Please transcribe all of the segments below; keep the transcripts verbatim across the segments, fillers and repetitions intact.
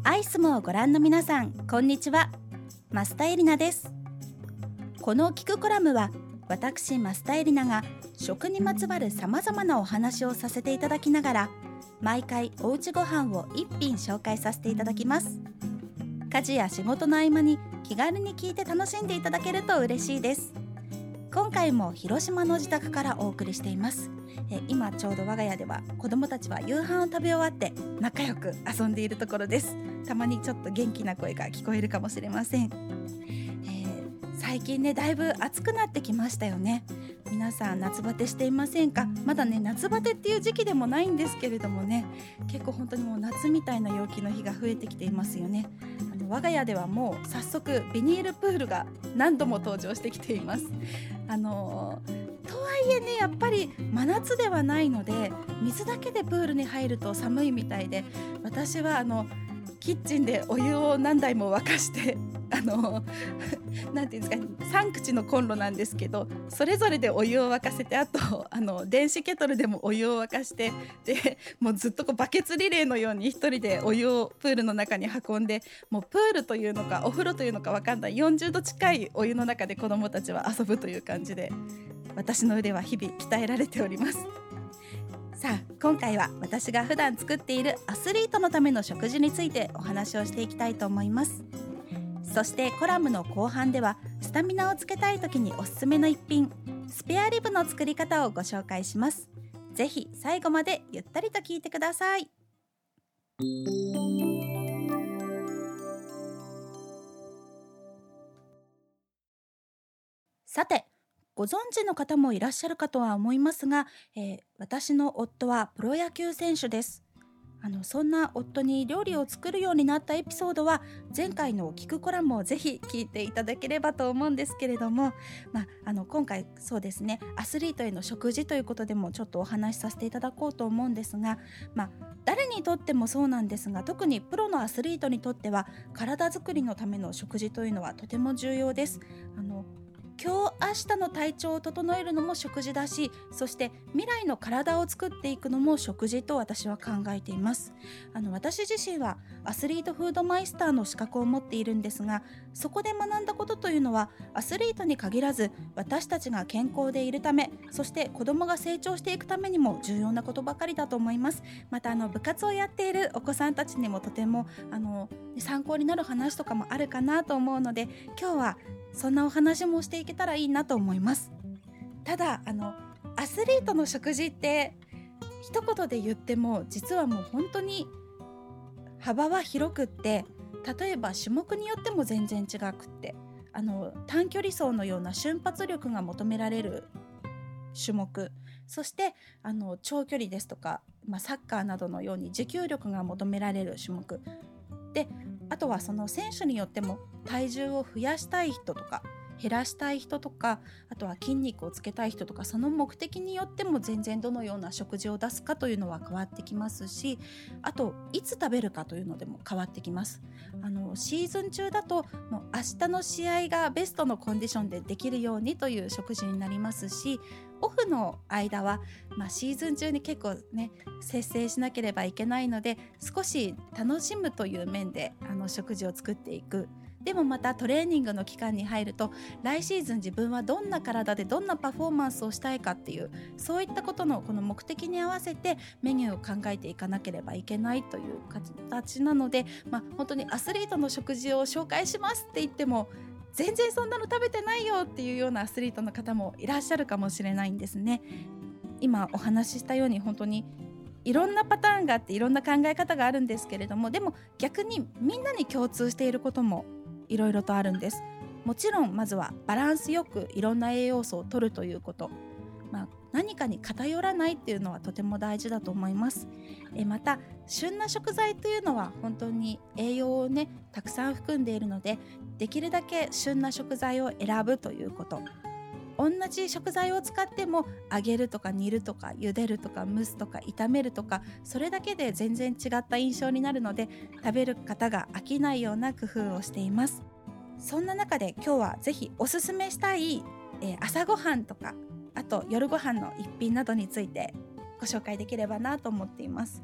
アイスもご覧の皆さん、こんにちは。増田絵里奈です。この聞くコラムは私増田絵里奈が食にまつわるさまざまなお話をさせていただきながら、毎回おうちご飯を一品紹介させていただきます。家事や仕事の合間に気軽に聞いて楽しんでいただけると嬉しいです。今回も広島の自宅からお送りしています。え今ちょうど我が家では子どもたちは夕飯を食べ終わって仲良く遊んでいるところです。たまにちょっと元気な声が聞こえるかもしれません。えー、最近ねだいぶ暑くなってきましたよね。皆さん夏バテしていませんか？まだね夏バテっていう時期でもないんですけれどもね、結構本当にもう夏みたいな陽気の日が増えてきていますよね。あの我が家ではもう早速ビニールプールが何度も登場してきています。あのー、とはいえねやっぱり真夏ではないので、水だけでプールに入ると寒いみたいで、私はあのキッチンでお湯を何台も沸かしてあのなんていうんですか、さん口のコンロなんですけど、それぞれでお湯を沸かせて、あとあの電子ケトルでもお湯を沸かして、でもうずっとこうバケツリレーのように一人でお湯をプールの中に運んで、もうプールというのかお風呂というのか分かんないよんじゅうど近いお湯の中で子どもたちは遊ぶという感じで、私の腕は日々鍛えられております。さあ今回は私が普段作っているアスリートのための食事についてお話をしていきたいと思います。そしてコラムの後半ではスタミナをつけたい時におすすめの一品、スペアリブの作り方をご紹介します。ぜひ最後までゆったりと聞いてください。さて、ご存知の方もいらっしゃるかとは思いますが、えー、私の夫はプロ野球選手です。あのそんな夫に料理を作るようになったエピソードは前回の聞くコラムをぜひ聞いていただければと思うんですけれども、まあ、あの今回そうですね、アスリートへの食事ということでもちょっとお話しさせていただこうと思うんですが、まあ、誰にとってもそうなんですが、特にプロのアスリートにとっては体作りのための食事というのはとても重要です。あの今日明日の体調を整えるのも食事だし、そして未来の体を作っていくのも食事と私は考えています。あの私自身はアスリートフードマイスターの資格を持っているんですが、そこで学んだことというのはアスリートに限らず私たちが健康でいるため、そして子供が成長していくためにも重要なことばかりだと思います。またあの部活をやっているお子さんたちにもとてもあの参考になる話とかもあるかなと思うので、今日はそんなお話もしていけたらいいなと思います。ただあのアスリートの食事って一言で言っても実はもう本当に幅は広くって、例えば種目によっても全然違くって、あの短距離走のような瞬発力が求められる種目、そしてあの長距離ですとか、まあ、サッカーなどのように持久力が求められる種目で、あとはその選手によっても体重を増やしたい人とか減らしたい人とか、あとは筋肉をつけたい人とか、その目的によっても全然どのような食事を出すかというのは変わってきますし、あといつ食べるかというのでも変わってきます。あのシーズン中だともう明日の試合がベストのコンディションでできるようにという食事になりますし、オフの間は、まあ、シーズン中に結構ね節制しなければいけないので、少し楽しむという面であの食事を作っていく。でもまたトレーニングの期間に入ると、来シーズン自分はどんな体でどんなパフォーマンスをしたいかっていう、そういったことのこの目的に合わせてメニューを考えていかなければいけないという形なので、まあ、本当にアスリートの食事を紹介しますって言っても全然そんなの食べてないよっていうようなアスリートの方もいらっしゃるかもしれないんですね。今お話ししたように本当にいろんなパターンがあっていろんな考え方があるんですけれども、でも逆にみんなに共通していることもいろいろとあるんです。もちろんまずはバランスよくいろんな栄養素を摂るということ、まあ、何かに偏らないっていうのはとても大事だと思います。えまた旬な食材というのは本当に栄養をねたくさん含んでいるので、できるだけ旬な食材を選ぶということ。同じ食材を使っても揚げるとか煮るとか茹でるとか蒸すとか炒めるとか、それだけで全然違った印象になるので、食べる方が飽きないような工夫をしています。そんな中で今日はぜひおすすめしたい、えー、朝ごはんとか、あと夜ご飯の一品などについてご紹介できればなと思っています。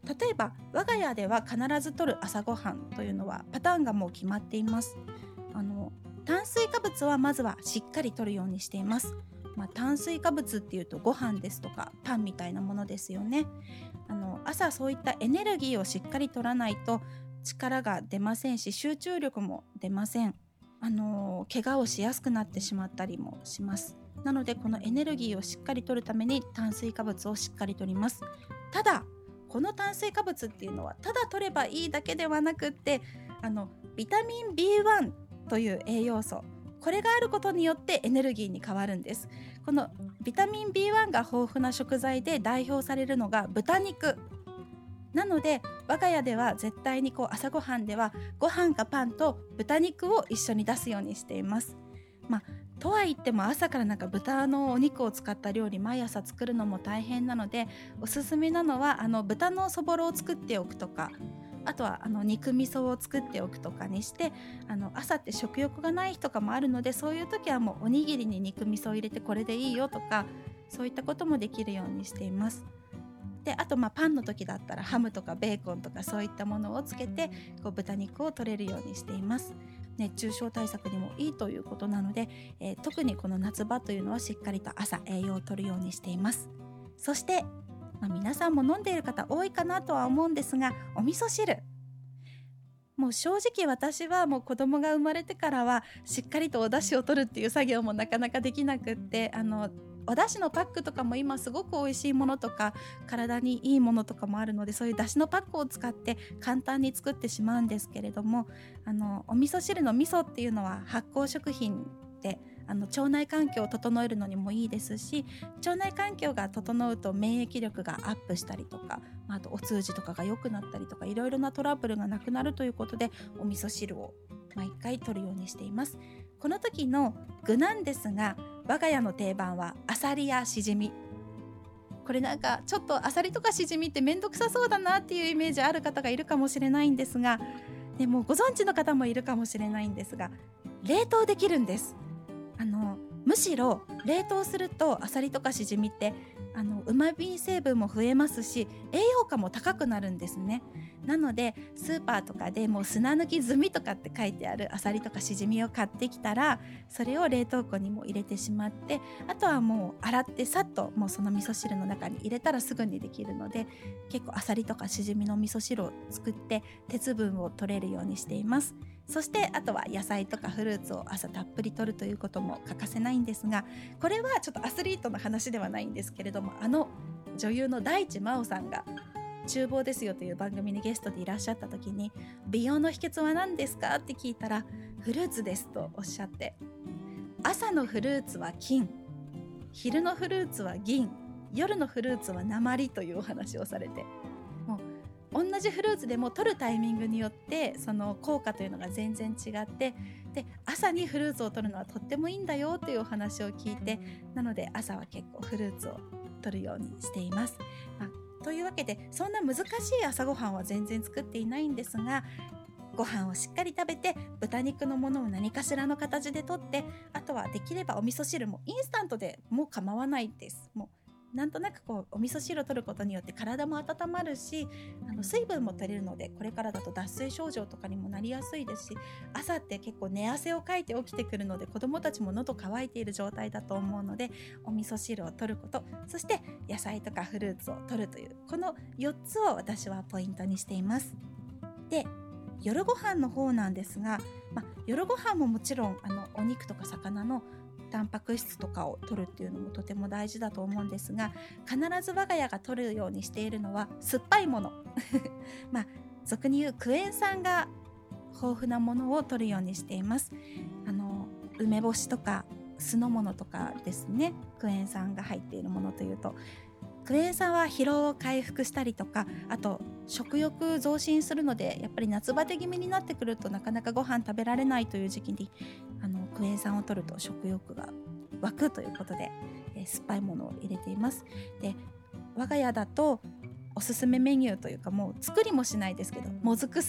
例えば我が家では必ず摂る朝ごはんというのはパターンがもう決まっています。あの炭水化物はまずはしっかり摂るようにしています。まあ、炭水化物っていうとご飯ですとかパンみたいなものですよね。あの朝そういったエネルギーをしっかり摂らないと力が出ませんし、集中力も出ません。あの怪我をしやすくなってしまったりもします。なのでこのエネルギーをしっかり摂るために炭水化物をしっかり摂ります。ただこの炭水化物っていうのはただ摂ればいいだけではなくって、あのビタミン ビーワン という栄養素、これがあることによってエネルギーに変わるんです。このビタミン ビーワン が豊富な食材で代表されるのが豚肉なので、我が家では絶対にこう朝ごはんではご飯かパンと豚肉を一緒に出すようにしています。まあとは言っても朝からなんか豚のお肉を使った料理毎朝作るのも大変なので、おすすめなのはあの豚のそぼろを作っておくとか、あとはあの肉味噌を作っておくとかにして、あの朝って食欲がない日とかもあるので、そういう時はもうおにぎりに肉味噌を入れてこれでいいよとか、そういったこともできるようにしています。であとまあパンの時だったらハムとかベーコンとかそういったものをつけてこう豚肉を取れるようにしています。熱中症対策にもいいということなので、えー、特にこの夏場というのはしっかりと朝栄養を取るようにしています。そして、まあ、皆さんも飲んでいる方多いかなとは思うんですが、お味噌汁、もう正直私はもう子供が生まれてからはしっかりとお出汁を取るっていう作業もなかなかできなくって、あのお出汁のパックとかも今すごく美味しいものとか体にいいものとかもあるので、そういう出汁のパックを使って簡単に作ってしまうんですけれども、あのお味噌汁の味噌っていうのは発酵食品で、あの腸内環境を整えるのにもいいですし、腸内環境が整うと免疫力がアップしたりとか、あとお通じとかが良くなったりとか、いろいろなトラブルがなくなるということでお味噌汁を毎回取るようにしています。この時の具なんですが、我が家の定番はアサリやシジミ。これなんかちょっとアサリとかシジミってめんどくさそうだなっていうイメージある方がいるかもしれないんですが、でもご存知の方もいるかもしれないんですが、冷凍できるんです。あのむしろ冷凍するとアサリとかシジミってあの旨味成分も増えますし、栄養価も高くなるんですね。なのでスーパーとかでもう砂抜き済みとかって書いてあるアサリとかシジミを買ってきたら、それを冷凍庫にも入れてしまって、あとはもう洗ってさっともうその味噌汁の中に入れたらすぐにできるので、結構アサリとかシジミの味噌汁を作って鉄分を取れるようにしています。そしてあとは野菜とかフルーツを朝たっぷり摂るということも欠かせないんですが、これはちょっとアスリートの話ではないんですけれども、あの女優の大地真央さんが厨房ですよという番組にゲストでいらっしゃった時に、美容の秘訣は何ですかって聞いたら、フルーツですとおっしゃって、朝のフルーツは金、昼のフルーツは銀、夜のフルーツは鉛というお話をされて、もう同じフルーツでも取るタイミングによってその効果というのが全然違って、で朝にフルーツを取るのはとってもいいんだよというお話を聞いて、なので朝は結構フルーツを取るようにしています。まあ、というわけでそんな難しい朝ごはんは全然作っていないんですが、ご飯をしっかり食べて豚肉のものを何かしらの形で取って、あとはできればお味噌汁もインスタントでも構わないです。もうなんとなくこうお味噌汁を取ることによって体も温まるし、あの水分も取れるので、これからだと脱水症状とかにもなりやすいですし、朝って結構寝汗をかいて起きてくるので子どもたちも喉乾いている状態だと思うので、お味噌汁を取ること、そして野菜とかフルーツを取るという、このよっつを私はポイントにしています。で夜ご飯の方なんですが、まあ、夜ご飯ももちろんあのお肉とか魚のタンパク質とかを取るっていうのもとても大事だと思うんですが、必ず我が家が取るようにしているのは酸っぱいものまあ俗に言うクエン酸が豊富なものを取るようにしています。あの梅干しとか酢の物とかですね、クエン酸が入っているものというと、クエン酸は疲労を回復したりとか、あと食欲増進するので、やっぱり夏バテ気味になってくるとなかなかご飯食べられないという時期にあのクエン酸を取ると食欲が湧くということで、えー、酸っぱいものを入れています。で我が家だとおすすめメニューというか、もう作りもしないですけど、もずく酢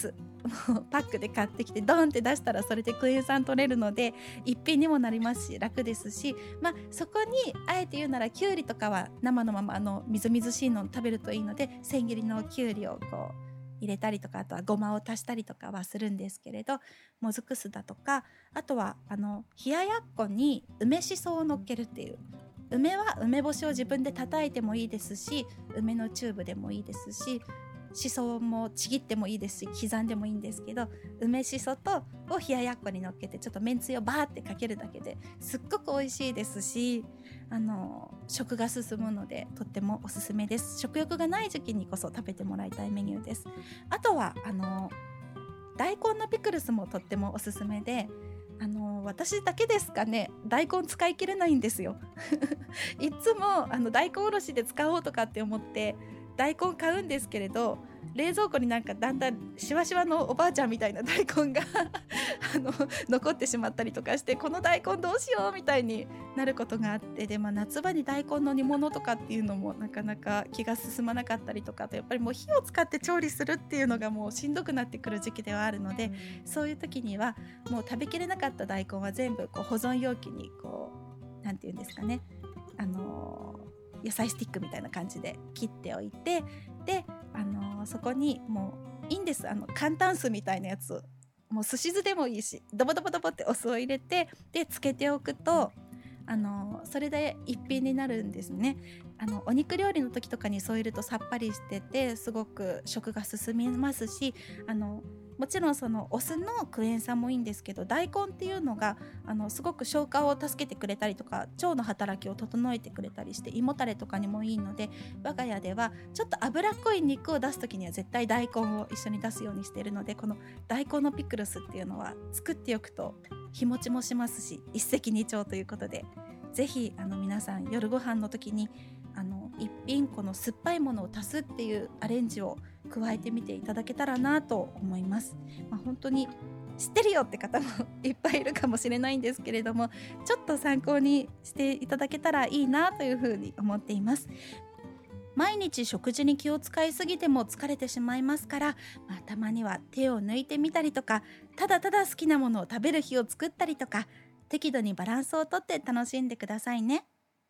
パックで買ってきてドンって出したらそれでクエン酸取れるので一品にもなりますし楽ですし、まあ、そこにあえて言うならきゅうりとかは生のままあのみずみずしいのを食べるといいので千切りのきゅうりをこう入れたりとか、あとはごまを足したりとかはするんですけれど、もずく酢だとか、あとはあの冷ややっこに梅しそを乗っけるっていう、梅は梅干しを自分で叩いてもいいですし、梅のチューブでもいいですし、しそもちぎってもいいですし刻んでもいいんですけど、梅しそとを冷ややっこに乗っけてちょっとめんつゆをバーってかけるだけですっごく美味しいですし、あの食が進むのでとってもおすすめです。食欲がない時期にこそ食べてもらいたいメニューです。あとはあの大根のピクルスもとってもおすすめで、あの私だけですかね、大根使い切れないんですよいつもあの大根おろしで使おうとかって思って大根買うんですけれど、冷蔵庫になんかだんだんしわしわのおばあちゃんみたいな大根があの残ってしまったりとかして、この大根どうしようみたいになることがあって、で、まあ、夏場に大根の煮物とかっていうのもなかなか気が進まなかったりとかと、やっぱりもう火を使って調理するっていうのがもうしんどくなってくる時期ではあるので、そういう時にはもう食べきれなかった大根は全部こう保存容器にこうなんていうんですかね、あのー野菜スティックみたいな感じで切っておいて、で、あのーそこにもういいんです、あの簡単酢みたいなやつ、もうすし酢でもいいしドボドボドボってお酢を入れて、でつけておくと、あのーそれで一品になるんですね。あのお肉料理の時とかに添えるとさっぱりしててすごく食が進みますし、あのもちろんそのお酢のクエン酸もいいんですけど、大根っていうのがあのすごく消化を助けてくれたりとか腸の働きを整えてくれたりして胃もたれとかにもいいので、我が家ではちょっと脂っこい肉を出す時には絶対大根を一緒に出すようにしているので、この大根のピクルスっていうのは作っておくと日持ちもしますし一石二鳥ということで、ぜひあの皆さん夜ご飯の時にあの一品この酸っぱいものを足すっていうアレンジを加えてみていただけたらなと思います。まあ、本当に知ってるよって方もいっぱいいるかもしれないんですけれども、ちょっと参考にしていただけたらいいなというふうに思っています。毎日食事に気を使いすぎても疲れてしまいますから、まあ、たまには手を抜いてみたりとか、ただただ好きなものを食べる日を作ったりとか、適度にバランスをとって楽しんでくださいね。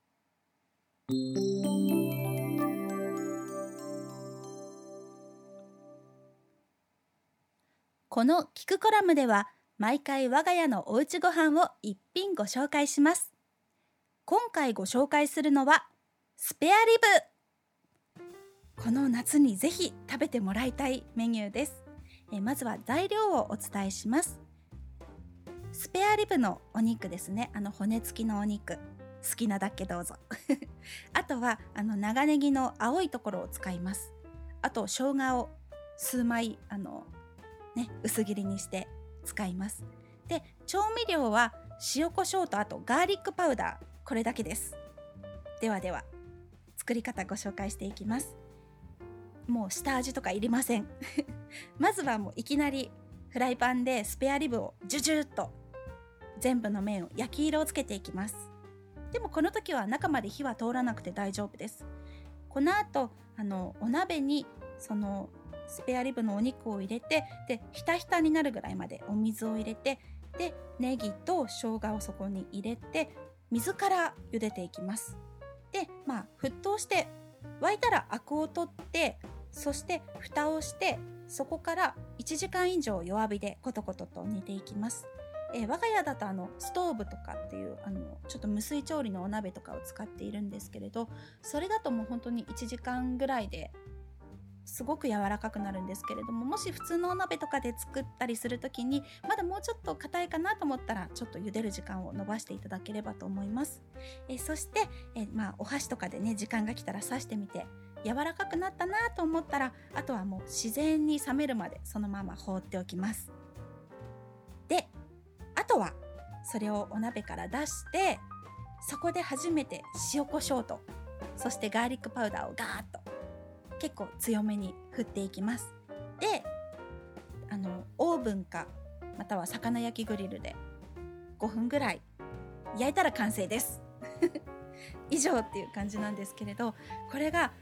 この聞くコラムでは毎回我が家のおうちご飯を一品ご紹介します。今回ご紹介するのはスペアリブ。この夏にぜひ食べてもらいたいメニューです。えまずは材料をお伝えします。スペアリブのお肉ですね、あの骨付きのお肉、好きなだけどうぞあとはあの長ネギの青いところを使います。あと生姜を数枚あのね、薄切りにして使います。で、調味料は塩コショウとあとガーリックパウダー、これだけです。ではでは作り方ご紹介していきます。もう下味とかいりませんまずはもういきなりフライパンでスペアリブをジュジュッと全部の面を焼き色をつけていきます。でもこの時は中まで火は通らなくて大丈夫です。この後あのお鍋にそのスペアリブのお肉を入れて、でひたひたになるぐらいまでお水を入れて、でネギと生姜をそこに入れて水から茹でていきます。で、まあ沸騰して沸いたらアクを取って、そして蓋をしてそこからいちじかん以上弱火でコトコトと煮ていきます。えー、我が家だとあのストーブとかっていうあのちょっと無水調理のお鍋とかを使っているんですけれど、それだともう本当にいちじかんぐらいですごく柔らかくなるんですけれども、もし普通のお鍋とかで作ったりするときにまだもうちょっと硬いかなと思ったらちょっと茹でる時間を延ばしていただければと思います。えそしてえ、まあ、お箸とかでね時間が来たら刺してみて柔らかくなったなと思ったら、あとはもう自然に冷めるまでそのまま放っておきます。で、あとはそれをお鍋から出して、そこで初めて塩コショウとそしてガーリックパウダーをガーッと結構強めに振っていきます。で、あのオーブンかまたは魚焼きグリルでごふんぐらい焼いたら完成です以上っていう感じなんですけれど、これが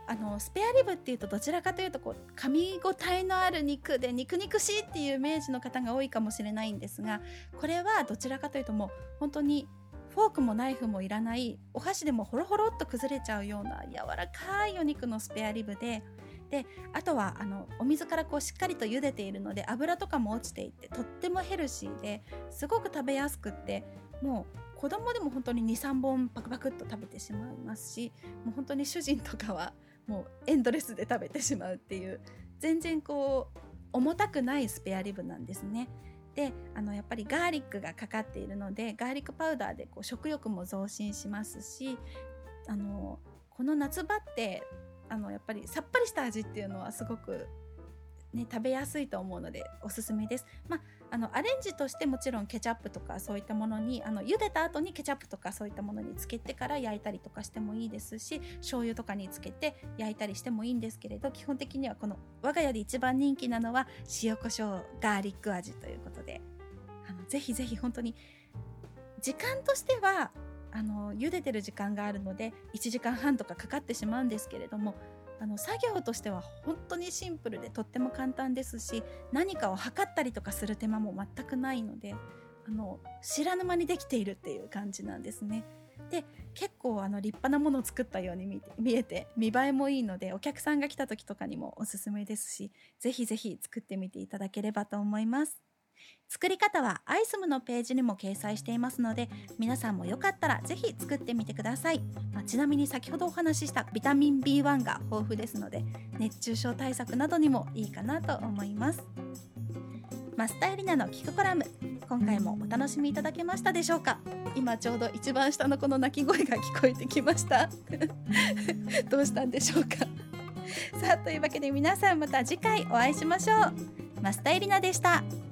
あのスペアリブっていうとどちらかというとこう噛み応えのある肉で肉肉しいっていうイメージの方が多いかもしれないんですが、これはどちらかというともう本当にフォークもナイフもいらない、お箸でもホロホロっと崩れちゃうような柔らかいお肉のスペアリブで、であとはあのお水からこうしっかりと茹でているので油とかも落ちていてとってもヘルシーですごく食べやすくって、もう子供でも本当に にさんぼんパクパクっと食べてしまいますし、もう本当に主人とかはもうエンドレスで食べてしまうっていう、全然こう重たくないスペアリブなんですね。であのやっぱりガーリックがかかっているので、ガーリックパウダーでこう食欲も増進しますし、あのこの夏場ってあのやっぱりさっぱりした味っていうのはすごく、ね、食べやすいと思うのでおすすめです。まあ、あのアレンジとしてもちろんケチャップとかそういったものに、あの茹でた後にケチャップとかそういったものにつけてから焼いたりとかしてもいいですし、醤油とかにつけて焼いたりしてもいいんですけれど、基本的にはこの我が家で一番人気なのは塩コショウガーリック味ということで、あのぜひぜひ本当に時間としてはあの茹でてる時間があるのでいちじかんはんとかかかってしまうんですけれども、あの作業としては本当にシンプルでとっても簡単ですし、何かを測ったりとかする手間も全くないので、あの知らぬ間にできているっていう感じなんですね。で結構あの立派なものを作ったように見て見えて見栄えもいいので、お客さんが来た時とかにもおすすめですし、ぜひぜひ作ってみていただければと思います。作り方はアイスムのページにも掲載していますので、皆さんもよかったらぜひ作ってみてください。まあ、ちなみに先ほどお話ししたビタミン ビーワン が豊富ですので、熱中症対策などにもいいかなと思います。増田絵里奈の聞くコラム、今回もお楽しみいただけましたでしょうか。今ちょうど一番下の子の泣き声が聞こえてきましたどうしたんでしょうかさあ、というわけで皆さんまた次回お会いしましょう。増田絵里奈でした。